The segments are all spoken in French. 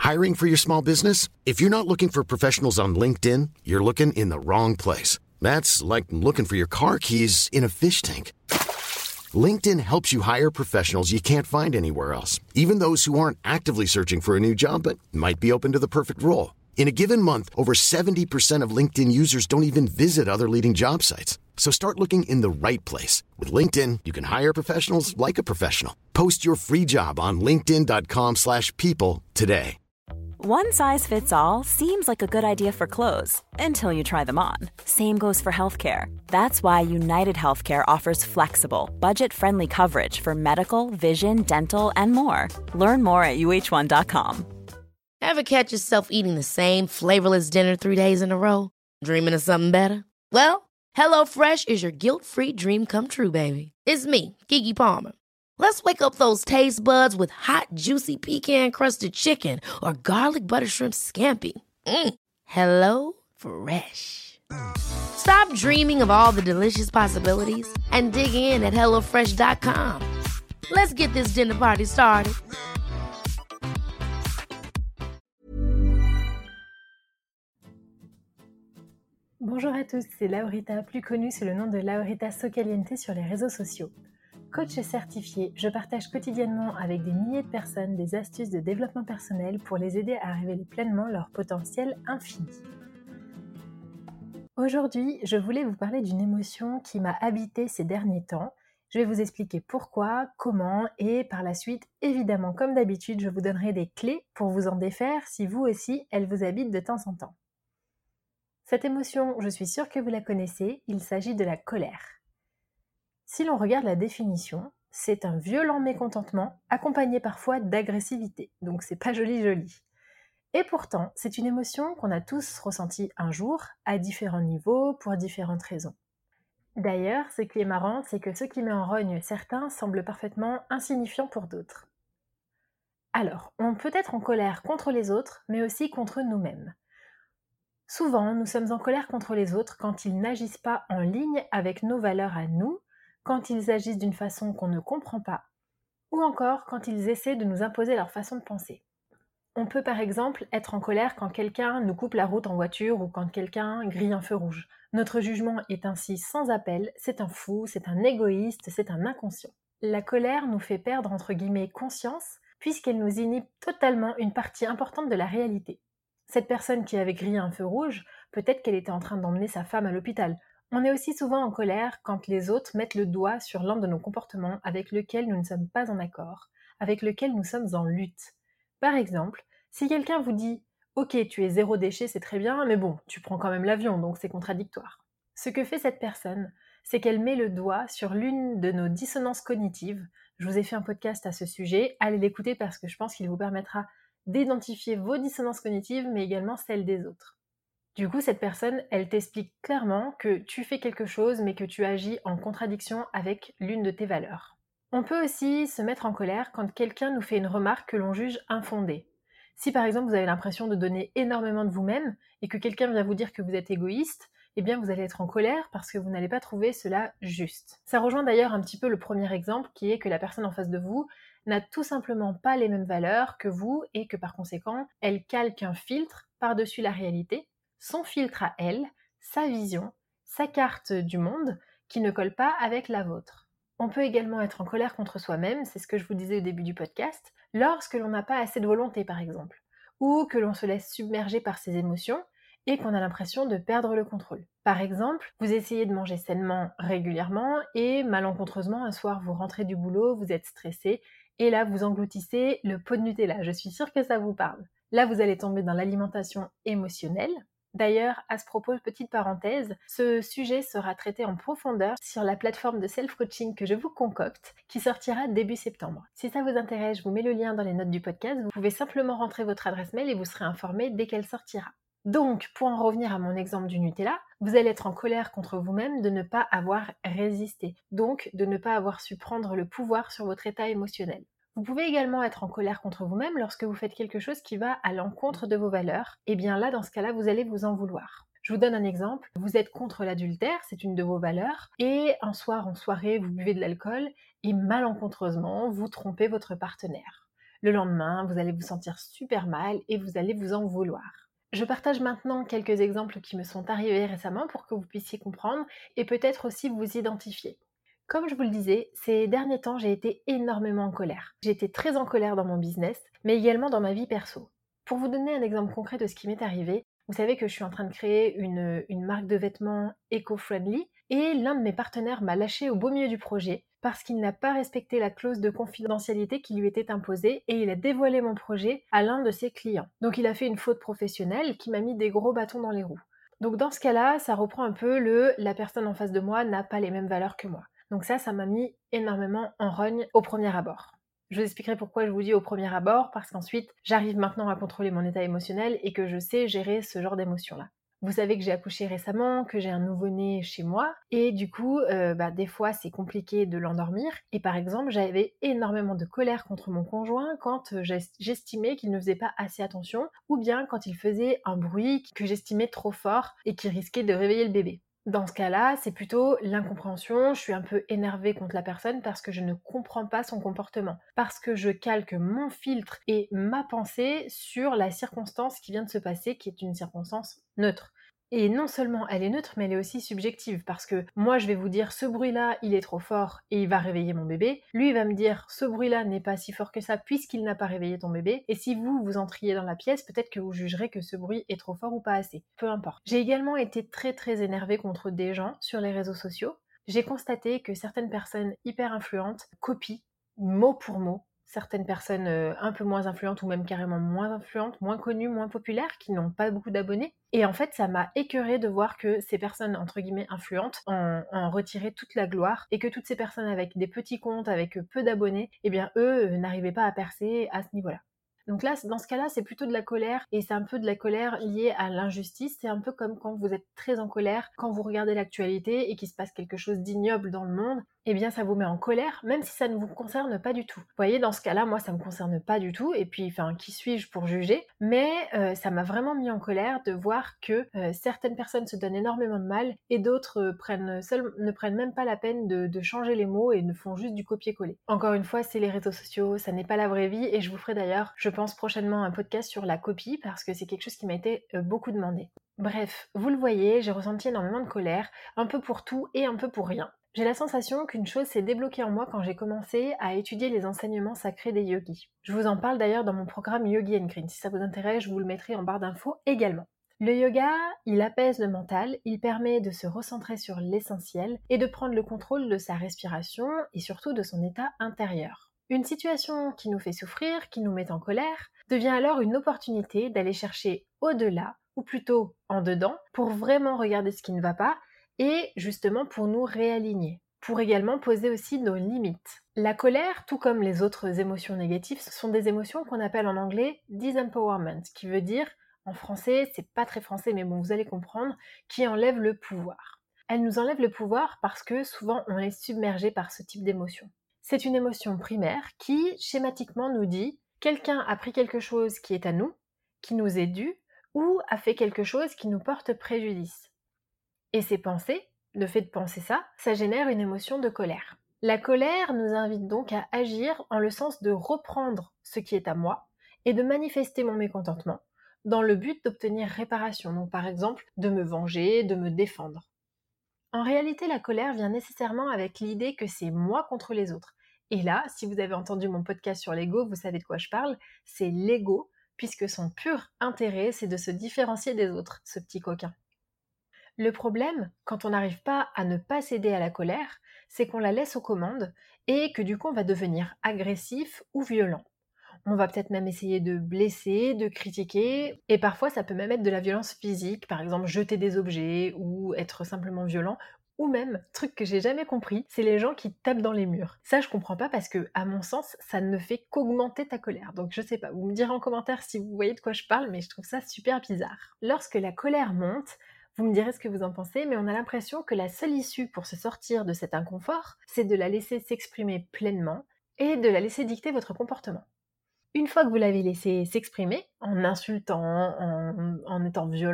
Hiring for your small business? If you're not looking for professionals on LinkedIn, you're looking in the wrong place. That's like looking for your car keys in a fish tank. LinkedIn helps you hire professionals you can't find anywhere else, even those who aren't actively searching for a new job but might be open to the perfect role. In a given month, over 70% of LinkedIn users don't even visit other leading job sites. So start looking in the right place. With LinkedIn, you can hire professionals like a professional. Post your free job on linkedin.com/people today. One size fits all seems like a good idea for clothes until you try them on. Same goes for healthcare. That's why United Healthcare offers flexible, budget-friendly coverage for medical, vision, dental, and more. Learn more at uh1.com. Ever catch yourself eating the same flavorless dinner 3 days in a row? Dreaming of something better? Well, HelloFresh is your guilt-free dream come true, baby. It's me, Keke Palmer. Let's wake up those taste buds with hot, juicy pecan-crusted chicken or garlic butter shrimp scampi. Hello Fresh. Stop dreaming of all the delicious possibilities and dig in at HelloFresh.com. Let's get this dinner party started. Bonjour à tous, c'est Laurita, plus connue sous le nom de Laurita Socaliente sur les réseaux sociaux. Coach certifié, je partage quotidiennement avec des milliers de personnes des astuces de développement personnel pour les aider à révéler pleinement leur potentiel infini. Aujourd'hui, je voulais vous parler d'une émotion qui m'a habitée ces derniers temps. Je vais vous expliquer pourquoi, comment et par la suite, évidemment comme d'habitude, je vous donnerai des clés pour vous en défaire si vous aussi, elle vous habite de temps en temps. Cette émotion, je suis sûre que vous la connaissez, il s'agit de la colère. Si l'on regarde la définition, c'est un violent mécontentement accompagné parfois d'agressivité, donc c'est pas joli. Et pourtant, c'est une émotion qu'on a tous ressentie un jour, à différents niveaux, pour différentes raisons. D'ailleurs, ce qui est marrant, c'est que ce qui met en rogne certains semble parfaitement insignifiant pour d'autres. Alors, on peut être en colère contre les autres, mais aussi contre nous-mêmes. Souvent, nous sommes en colère contre les autres quand ils n'agissent pas en ligne avec nos valeurs à nous, quand ils agissent d'une façon qu'on ne comprend pas, ou encore quand ils essaient de nous imposer leur façon de penser. On peut par exemple être en colère quand quelqu'un nous coupe la route en voiture ou quand quelqu'un grille un feu rouge. Notre jugement est ainsi sans appel, c'est un fou, c'est un égoïste, c'est un inconscient. La colère nous fait perdre entre guillemets conscience, puisqu'elle nous inhibe totalement une partie importante de la réalité. Cette personne qui avait grillé un feu rouge, peut-être qu'elle était en train d'emmener sa femme à l'hôpital. On est aussi souvent en colère quand les autres mettent le doigt sur l'un de nos comportements avec lequel nous ne sommes pas en accord, avec lequel nous sommes en lutte. Par exemple, si quelqu'un vous dit « Ok, tu es zéro déchet, c'est très bien, mais bon, tu prends quand même l'avion, donc c'est contradictoire. » Ce que fait cette personne, c'est qu'elle met le doigt sur l'une de nos dissonances cognitives. Je vous ai fait un podcast à ce sujet, allez l'écouter parce que je pense qu'il vous permettra d'identifier vos dissonances cognitives, mais également celles des autres. Du coup, cette personne, elle t'explique clairement que tu fais quelque chose, mais que tu agis en contradiction avec l'une de tes valeurs. On peut aussi se mettre en colère quand quelqu'un nous fait une remarque que l'on juge infondée. Si par exemple vous avez l'impression de donner énormément de vous-même et que quelqu'un vient vous dire que vous êtes égoïste, eh bien vous allez être en colère parce que vous n'allez pas trouver cela juste. Ça rejoint d'ailleurs un petit peu le premier exemple qui est que la personne en face de vous n'a tout simplement pas les mêmes valeurs que vous et que par conséquent, elle calque un filtre par-dessus la réalité, son filtre à elle, sa vision, sa carte du monde qui ne colle pas avec la vôtre. On peut également être en colère contre soi-même, c'est ce que je vous disais au début du podcast, lorsque l'on n'a pas assez de volonté par exemple, ou que l'on se laisse submerger par ses émotions et qu'on a l'impression de perdre le contrôle. Par exemple, vous essayez de manger sainement régulièrement et malencontreusement un soir vous rentrez du boulot, vous êtes stressé et là vous engloutissez le pot de Nutella, je suis sûre que ça vous parle. Là vous allez tomber dans l'alimentation émotionnelle. D'ailleurs, à ce propos, petite parenthèse, ce sujet sera traité en profondeur sur la plateforme de self-coaching que je vous concocte, qui sortira début septembre. Si ça vous intéresse, je vous mets le lien dans les notes du podcast, vous pouvez simplement rentrer votre adresse mail et vous serez informé dès qu'elle sortira. Donc, pour en revenir à mon exemple du Nutella, vous allez être en colère contre vous-même de ne pas avoir résisté, donc de ne pas avoir su prendre le pouvoir sur votre état émotionnel. Vous pouvez également être en colère contre vous-même lorsque vous faites quelque chose qui va à l'encontre de vos valeurs. Et bien là, dans ce cas-là, vous allez vous en vouloir. Je vous donne un exemple. Vous êtes contre l'adultère, c'est une de vos valeurs, et un soir en soirée, vous buvez de l'alcool et malencontreusement, vous trompez votre partenaire. le lendemain, vous allez vous sentir super mal et vous allez vous en vouloir. Je partage maintenant quelques exemples qui me sont arrivés récemment pour que vous puissiez comprendre et peut-être aussi vous identifier. Comme je vous le disais, ces derniers temps, j'ai été énormément en colère. J'ai été très en colère dans mon business, mais également dans ma vie perso. Pour vous donner un exemple concret de ce qui m'est arrivé, vous savez que je suis en train de créer une marque de vêtements éco-friendly et l'un de mes partenaires m'a lâché au beau milieu du projet parce qu'il n'a pas respecté la clause de confidentialité qui lui était imposée et il a dévoilé mon projet à l'un de ses clients. Donc il a fait une faute professionnelle qui m'a mis des gros bâtons dans les roues. Donc dans ce cas-là, ça reprend un peu la personne en face de moi n'a pas les mêmes valeurs que moi. Donc ça m'a mis énormément en rogne au premier abord. Je vous expliquerai pourquoi je vous dis au premier abord, parce qu'ensuite, j'arrive maintenant à contrôler mon état émotionnel et que je sais gérer ce genre d'émotions-là. Vous savez que j'ai accouché récemment, que j'ai un nouveau-né chez moi, et du coup, des fois, c'est compliqué de l'endormir. Et par exemple, j'avais énormément de colère contre mon conjoint quand j'estimais qu'il ne faisait pas assez attention, ou bien quand il faisait un bruit que j'estimais trop fort et qui risquait de réveiller le bébé. Dans ce cas-là, c'est plutôt l'incompréhension, je suis un peu énervée contre la personne parce que je ne comprends pas son comportement, parce que je calque mon filtre et ma pensée sur la circonstance qui vient de se passer, qui est une circonstance neutre. Et non seulement elle est neutre, mais elle est aussi subjective, parce que moi je vais vous dire ce bruit-là, il est trop fort et il va réveiller mon bébé. Lui il va me dire ce bruit-là n'est pas si fort que ça puisqu'il n'a pas réveillé ton bébé. Et si vous entriez dans la pièce, peut-être que vous jugerez que ce bruit est trop fort ou pas assez. Peu importe. J'ai également été très très énervée contre des gens sur les réseaux sociaux. J'ai constaté que certaines personnes hyper influentes copient mot pour mot certaines personnes un peu moins influentes ou même carrément moins influentes, moins connues, moins populaires, qui n'ont pas beaucoup d'abonnés. Et en fait, ça m'a écœurée de voir que ces personnes, entre guillemets, influentes, en retiraient toute la gloire et que toutes ces personnes avec des petits comptes, avec peu d'abonnés, eh bien eux n'arrivaient pas à percer à ce niveau-là. Donc là, dans ce cas-là, c'est plutôt de la colère et c'est un peu de la colère liée à l'injustice. C'est un peu comme quand vous êtes très en colère, quand vous regardez l'actualité et qu'il se passe quelque chose d'ignoble dans le monde, eh bien ça vous met en colère, même si ça ne vous concerne pas du tout. Vous voyez, dans ce cas-là, moi ça me concerne pas du tout, et puis, qui suis-je pour juger? Mais ça m'a vraiment mis en colère de voir que certaines personnes se donnent énormément de mal et d'autres ne prennent même pas la peine de changer les mots et ne font juste du copier-coller. Encore une fois, c'est les réseaux sociaux, ça n'est pas la vraie vie, et je vous ferai d'ailleurs, je pense prochainement un podcast sur la copie, parce que c'est quelque chose qui m'a été beaucoup demandé. Bref, vous le voyez, j'ai ressenti énormément de colère, un peu pour tout et un peu pour rien. J'ai la sensation qu'une chose s'est débloquée en moi quand j'ai commencé à étudier les enseignements sacrés des yogis. Je vous en parle d'ailleurs dans mon programme Yogi and Green. Si ça vous intéresse, je vous le mettrai en barre d'infos également. Le yoga, il apaise le mental, il permet de se recentrer sur l'essentiel et de prendre le contrôle de sa respiration et surtout de son état intérieur. Une situation qui nous fait souffrir, qui nous met en colère, devient alors une opportunité d'aller chercher au-delà, ou plutôt en dedans, pour vraiment regarder ce qui ne va pas et justement pour nous réaligner, pour également poser aussi nos limites. La colère, tout comme les autres émotions négatives, ce sont des émotions qu'on appelle en anglais disempowerment, qui veut dire, en français, c'est pas très français mais bon vous allez comprendre, qui enlève le pouvoir. Elles nous enlèvent le pouvoir parce que souvent on est submergé par ce type d'émotion. C'est une émotion primaire qui, schématiquement, nous dit quelqu'un a pris quelque chose qui est à nous, qui nous est dû, ou a fait quelque chose qui nous porte préjudice. Et ces pensées, le fait de penser ça génère une émotion de colère. La colère nous invite donc à agir en le sens de reprendre ce qui est à moi et de manifester mon mécontentement dans le but d'obtenir réparation, donc par exemple de me venger, de me défendre. En réalité, la colère vient nécessairement avec l'idée que c'est moi contre les autres. Et là, si vous avez entendu mon podcast sur l'ego, vous savez de quoi je parle, c'est l'ego, puisque son pur intérêt, c'est de se différencier des autres, ce petit coquin. Le problème, quand on n'arrive pas à ne pas céder à la colère, c'est qu'on la laisse aux commandes et que du coup on va devenir agressif ou violent. On va peut-être même essayer de blesser, de critiquer, et parfois ça peut même être de la violence physique, par exemple jeter des objets ou être simplement violent, ou même, truc que j'ai jamais compris, c'est les gens qui tapent dans les murs. Ça je comprends pas parce que, à mon sens, ça ne fait qu'augmenter ta colère. Donc je sais pas, vous me direz en commentaire si vous voyez de quoi je parle, mais je trouve ça super bizarre. Lorsque la colère monte, vous me direz ce que vous en pensez, mais on a l'impression que la seule issue pour se sortir de cet inconfort, c'est de la laisser s'exprimer pleinement et de la laisser dicter votre comportement. Une fois que vous l'avez laissé s'exprimer, en insultant, en étant violent,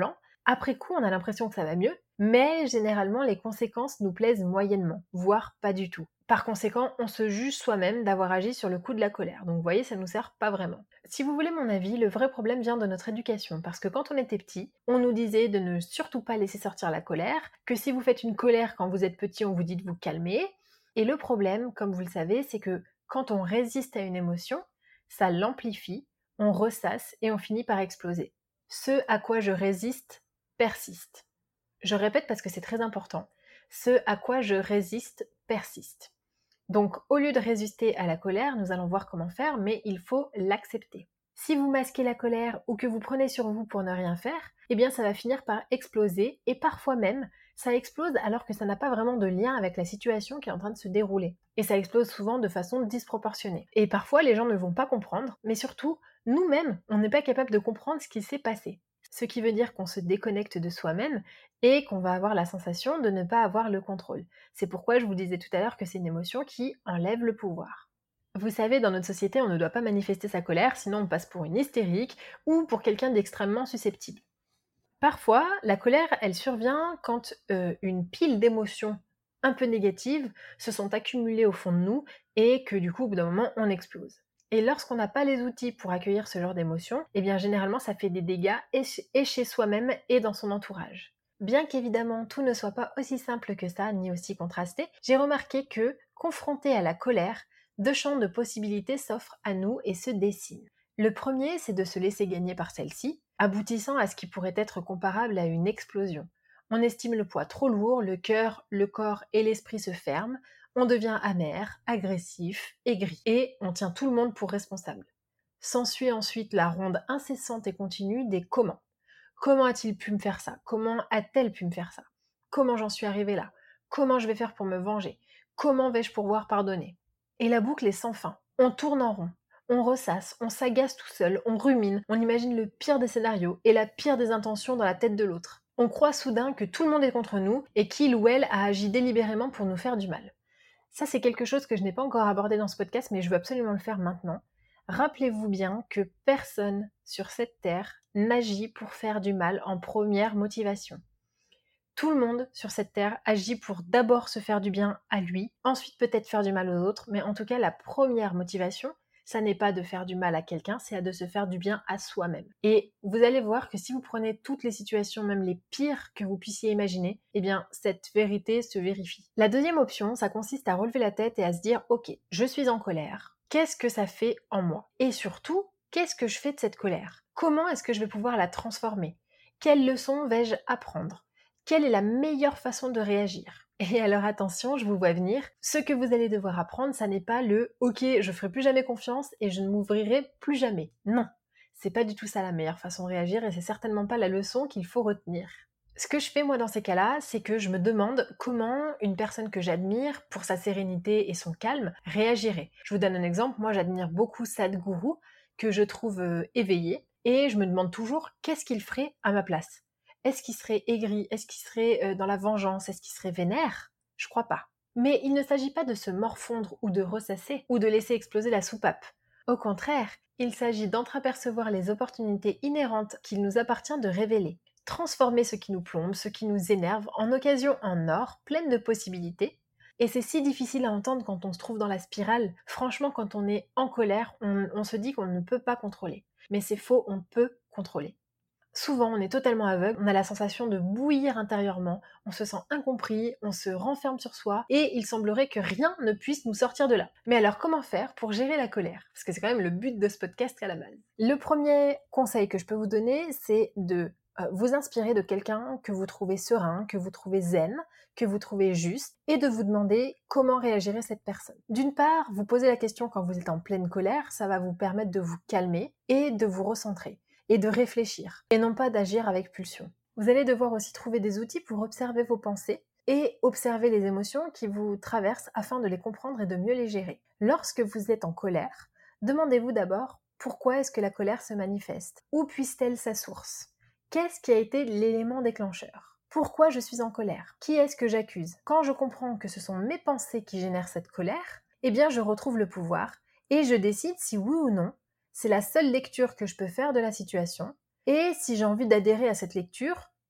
Après coup, on a l'impression que ça va mieux, mais généralement les conséquences nous plaisent moyennement, voire pas du tout. Par conséquent, on se juge soi-même d'avoir agi sur le coup de la colère. Donc vous voyez, ça nous sert pas vraiment. Si vous voulez mon avis, le vrai problème vient de notre éducation, parce que quand on était petit, on nous disait de ne surtout pas laisser sortir la colère, que si vous faites une colère quand vous êtes petit, on vous dit de vous calmer. Et le problème, comme vous le savez, c'est que quand on résiste à une émotion, ça l'amplifie, on ressasse et on finit par exploser. Ce à quoi je résiste persiste. Je répète parce que c'est très important. Ce à quoi je résiste persiste. Donc, au lieu de résister à la colère, nous allons voir comment faire, mais il faut l'accepter. Si vous masquez la colère ou que vous prenez sur vous pour ne rien faire, eh bien ça va finir par exploser et parfois même, ça explose alors que ça n'a pas vraiment de lien avec la situation qui est en train de se dérouler. Et ça explose souvent de façon disproportionnée. Et parfois, les gens ne vont pas comprendre, mais surtout, nous-mêmes, on n'est pas capable de comprendre ce qui s'est passé. Ce qui veut dire qu'on se déconnecte de soi-même et qu'on va avoir la sensation de ne pas avoir le contrôle. C'est pourquoi je vous disais tout à l'heure que c'est une émotion qui enlève le pouvoir. Vous savez, dans notre société, on ne doit pas manifester sa colère, sinon on passe pour une hystérique ou pour quelqu'un d'extrêmement susceptible. Parfois, la colère, elle survient quand une pile d'émotions un peu négatives se sont accumulées au fond de nous et que du coup, au bout d'un moment, on explose. Et lorsqu'on n'a pas les outils pour accueillir ce genre d'émotions, eh bien généralement ça fait des dégâts et chez soi-même et dans son entourage. Bien qu'évidemment tout ne soit pas aussi simple que ça, ni aussi contrasté, j'ai remarqué que, confronté à la colère, deux champs de possibilités s'offrent à nous et se dessinent. Le premier, c'est de se laisser gagner par celle-ci, aboutissant à ce qui pourrait être comparable à une explosion. On estime le poids trop lourd, le cœur, le corps et l'esprit se ferment, on devient amer, agressif, aigri, et on tient tout le monde pour responsable. S'ensuit ensuite la ronde incessante et continue des comment. Comment a-t-il pu me faire ça? Comment a-t-elle pu me faire ça? Comment j'en suis arrivée là? Comment je vais faire pour me venger? Comment vais-je pouvoir pardonner? Et la boucle est sans fin. On tourne en rond. On ressasse, on s'agace tout seul, on rumine, on imagine le pire des scénarios et la pire des intentions dans la tête de l'autre. On croit soudain que tout le monde est contre nous et qu'il ou elle a agi délibérément pour nous faire du mal. Ça, c'est quelque chose que je n'ai pas encore abordé dans ce podcast, mais je veux absolument le faire maintenant. Rappelez-vous bien que personne sur cette terre n'agit pour faire du mal en première motivation. Tout le monde sur cette terre agit pour d'abord se faire du bien à lui, ensuite peut-être faire du mal aux autres, mais en tout cas la première motivation, ça n'est pas de faire du mal à quelqu'un, c'est de se faire du bien à soi-même. Et vous allez voir que si vous prenez toutes les situations, même les pires que vous puissiez imaginer, eh bien cette vérité se vérifie. La deuxième option, ça consiste à relever la tête et à se dire « Ok, je suis en colère. Qu'est-ce que ça fait en moi ? Et surtout, qu'est-ce que je fais de cette colère ? Comment est-ce que je vais pouvoir la transformer ? Quelles leçons vais-je apprendre ? Quelle est la meilleure façon de réagir ? Et alors attention, je vous vois venir, ce que vous allez devoir apprendre, ça n'est pas le « Ok, je ferai plus jamais confiance et je ne m'ouvrirai plus jamais ». Non, c'est pas du tout ça la meilleure façon de réagir et c'est certainement pas la leçon qu'il faut retenir. Ce que je fais moi dans ces cas-là, c'est que je me demande comment une personne que j'admire pour sa sérénité et son calme réagirait. Je vous donne un exemple, moi j'admire beaucoup Sadhguru, que je trouve éveillé, et je me demande toujours qu'est-ce qu'il ferait à ma place. Est-ce qu'il serait aigri? Est-ce qu'il serait dans la vengeance? Est-ce qu'il serait vénère? Je crois pas. Mais il ne s'agit pas de se morfondre ou de ressasser ou de laisser exploser la soupape. Au contraire, il s'agit d'entreapercevoir les opportunités inhérentes qu'il nous appartient de révéler. Transformer ce qui nous plombe, ce qui nous énerve en occasion en or, pleine de possibilités. Et c'est si difficile à entendre quand on se trouve dans la spirale. Franchement, quand on est en colère, on se dit qu'on ne peut pas contrôler. Mais c'est faux, on peut contrôler. Souvent, on est totalement aveugle, on a la sensation de bouillir intérieurement, on se sent incompris, on se renferme sur soi, et il semblerait que rien ne puisse nous sortir de là. Mais alors, comment faire pour gérer la colère ? Parce que c'est quand même le but de ce podcast à la base. Le premier conseil que je peux vous donner, c'est de vous inspirer de quelqu'un que vous trouvez serein, que vous trouvez zen, que vous trouvez juste, et de vous demander comment réagirait cette personne. D'une part, vous posez la question quand vous êtes en pleine colère, ça va vous permettre de vous calmer et de vous recentrer. Et de réfléchir, et non pas d'agir avec pulsion. Vous allez devoir aussi trouver des outils pour observer vos pensées et observer les émotions qui vous traversent afin de les comprendre et de mieux les gérer. Lorsque vous êtes en colère, demandez-vous d'abord pourquoi est-ce que la colère se manifeste? Où puise-t-elle sa source? Qu'est-ce qui a été l'élément déclencheur? Pourquoi je suis en colère? Qui est-ce que j'accuse? Quand je comprends que ce sont mes pensées qui génèrent cette colère, eh bien je retrouve le pouvoir et je décide si oui ou non c'est la seule lecture que je peux faire de la situation, et si j'ai envie d'adhérer à cette lecture,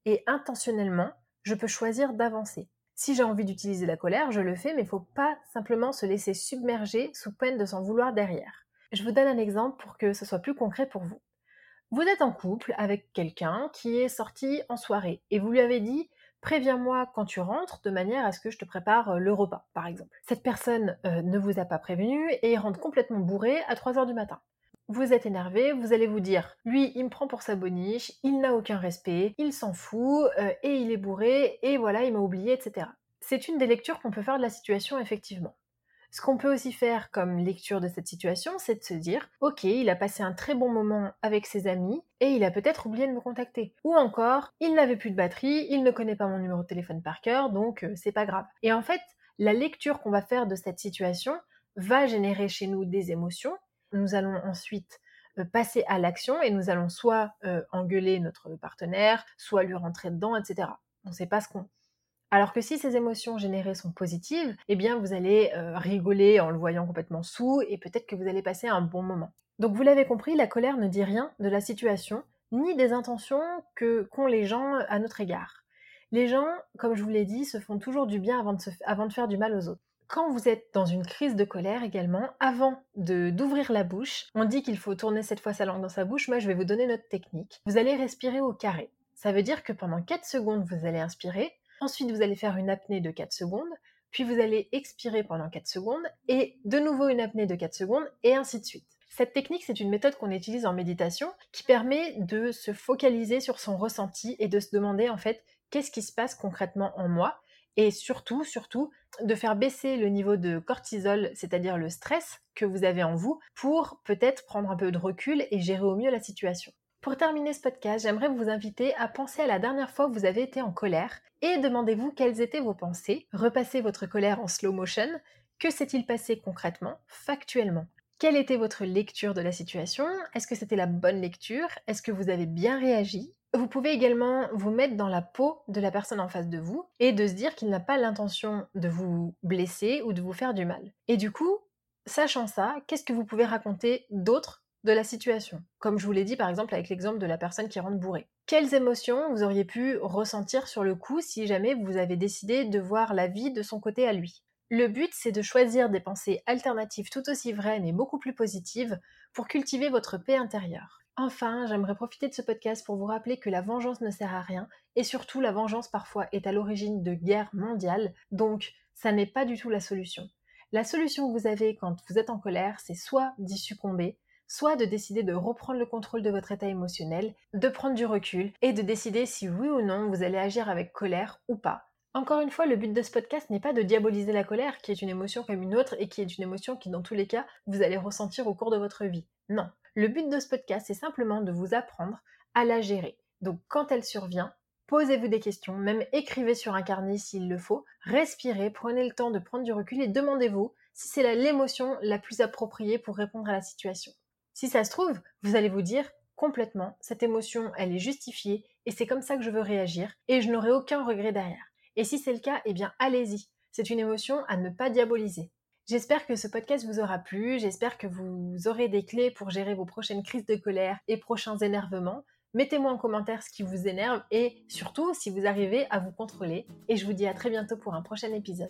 et intentionnellement, je peux choisir d'avancer. Si j'ai envie d'utiliser la colère, je le fais, mais il ne faut pas simplement se laisser submerger sous peine de s'en vouloir derrière. Je vous donne un exemple pour que ce soit plus concret pour vous. Vous êtes en couple avec quelqu'un qui est sorti en soirée et vous lui avez dit « Préviens-moi quand tu rentres de manière à ce que je te prépare le repas », par exemple. Cette personne ne vous a pas prévenu et rentre complètement bourré à 3h du matin. Vous êtes énervé, vous allez vous dire « Lui, il me prend pour sa boniche, il n'a aucun respect, il s'en fout, et il est bourré, et voilà, il m'a oublié, etc. » C'est une des lectures qu'on peut faire de la situation, effectivement. Ce qu'on peut aussi faire comme lecture de cette situation, c'est de se dire « Ok, il a passé un très bon moment avec ses amis et il a peut-être oublié de me contacter. » Ou encore « Il n'avait plus de batterie, il ne connaît pas mon numéro de téléphone par cœur, donc c'est pas grave. » Et en fait, la lecture qu'on va faire de cette situation va générer chez nous des émotions. Nous allons ensuite passer à l'action et nous allons soit engueuler notre partenaire, soit lui rentrer dedans, etc. On ne sait pas ce qu'on... Alors que si ces émotions générées sont positives, eh bien vous allez rigoler en le voyant complètement saoul et peut-être que vous allez passer un bon moment. Donc vous l'avez compris, la colère ne dit rien de la situation, ni des intentions qu'ont les gens à notre égard. Les gens, comme je vous l'ai dit, se font toujours du bien avant de faire du mal aux autres. Quand vous êtes dans une crise de colère également, avant d'ouvrir la bouche, on dit qu'il faut tourner cette fois sa langue dans sa bouche. Moi, je vais vous donner notre technique. Vous allez respirer au carré. Ça veut dire que pendant 4 secondes, vous allez inspirer. Ensuite, vous allez faire une apnée de 4 secondes. Puis, vous allez expirer pendant 4 secondes. Et de nouveau, une apnée de 4 secondes. Et ainsi de suite. Cette technique, c'est une méthode qu'on utilise en méditation qui permet de se focaliser sur son ressenti et de se demander, en fait, qu'est-ce qui se passe concrètement en moi ? Et surtout, de faire baisser le niveau de cortisol, c'est-à-dire le stress que vous avez en vous, pour peut-être prendre un peu de recul et gérer au mieux la situation. Pour terminer ce podcast, j'aimerais vous inviter à penser à la dernière fois où vous avez été en colère et demandez-vous quelles étaient vos pensées. Repassez votre colère en slow motion. Que s'est-il passé concrètement, factuellement ? Quelle était votre lecture de la situation ? Est-ce que c'était la bonne lecture ? Est-ce que vous avez bien réagi ? Vous pouvez également vous mettre dans la peau de la personne en face de vous et de se dire qu'il n'a pas l'intention de vous blesser ou de vous faire du mal. Et du coup, sachant ça, qu'est-ce que vous pouvez raconter d'autre de la situation ? Comme je vous l'ai dit par exemple avec l'exemple de la personne qui rentre bourrée. Quelles émotions vous auriez pu ressentir sur le coup si jamais vous avez décidé de voir la vie de son côté à lui ? Le but, c'est de choisir des pensées alternatives tout aussi vraies mais beaucoup plus positives pour cultiver votre paix intérieure. Enfin, j'aimerais profiter de ce podcast pour vous rappeler que la vengeance ne sert à rien et surtout la vengeance parfois est à l'origine de guerres mondiales, donc ça n'est pas du tout la solution. La solution que vous avez quand vous êtes en colère, c'est soit d'y succomber, soit de décider de reprendre le contrôle de votre état émotionnel, de prendre du recul et de décider si oui ou non vous allez agir avec colère ou pas. Encore une fois, le but de ce podcast n'est pas de diaboliser la colère, qui est une émotion comme une autre et qui est une émotion qui, dans tous les cas, vous allez ressentir au cours de votre vie. Non. Le but de ce podcast, c'est simplement de vous apprendre à la gérer. Donc, quand elle survient, posez-vous des questions, même écrivez sur un carnet s'il le faut, respirez, prenez le temps de prendre du recul et demandez-vous si c'est l'émotion la plus appropriée pour répondre à la situation. Si ça se trouve, vous allez vous dire complètement, cette émotion, elle est justifiée et c'est comme ça que je veux réagir et je n'aurai aucun regret derrière. Et si c'est le cas, eh bien allez-y. C'est une émotion à ne pas diaboliser. J'espère que ce podcast vous aura plu, j'espère que vous aurez des clés pour gérer vos prochaines crises de colère et prochains énervements. Mettez-moi en commentaire ce qui vous énerve et surtout si vous arrivez à vous contrôler. Et je vous dis à très bientôt pour un prochain épisode.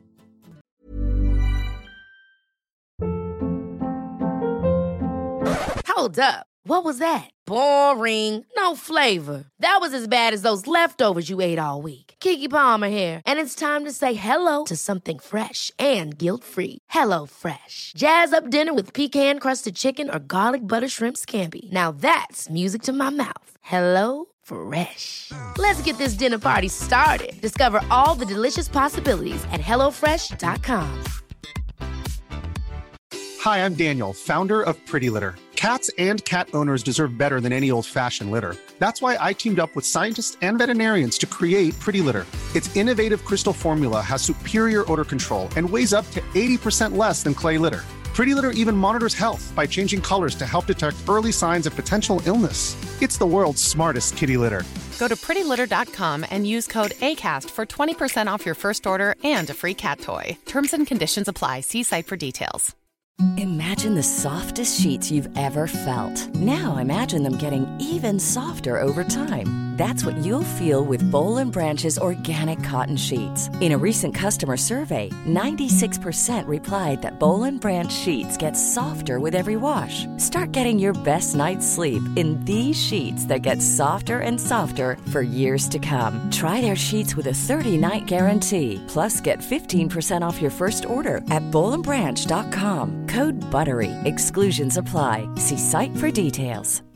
Hold up. What was that? Boring. No flavor. That was as bad as those leftovers you ate all week. Keke Palmer here, and it's time to say hello to something fresh and guilt-free. Hello Fresh. Jazz up dinner with pecan-crusted chicken or garlic butter shrimp scampi. Now that's music to my mouth. Hello Fresh. Let's get this dinner party started. Discover all the delicious possibilities at HelloFresh.com. Hi, I'm Daniel, founder of Pretty Litter. Cats and cat owners deserve better than any old-fashioned litter. That's why I teamed up with scientists and veterinarians to create Pretty Litter. Its innovative crystal formula has superior odor control and weighs up to 80% less than clay litter. Pretty Litter even monitors health by changing colors to help detect early signs of potential illness. It's the world's smartest kitty litter. Go to prettylitter.com and use code ACAST for 20% off your first order and a free cat toy. Terms and conditions apply. See site for details. Imagine the softest sheets you've ever felt. Now imagine them getting even softer over time. That's what you'll feel with Boll & Branch's organic cotton sheets. In a recent customer survey, 96% replied that Boll & Branch sheets get softer with every wash. Start getting your best night's sleep in these sheets that get softer and softer for years to come. Try their sheets with a 30-night guarantee. Plus, get 15% off your first order at bollandbranch.com. Code BUTTERY. Exclusions apply. See site for details.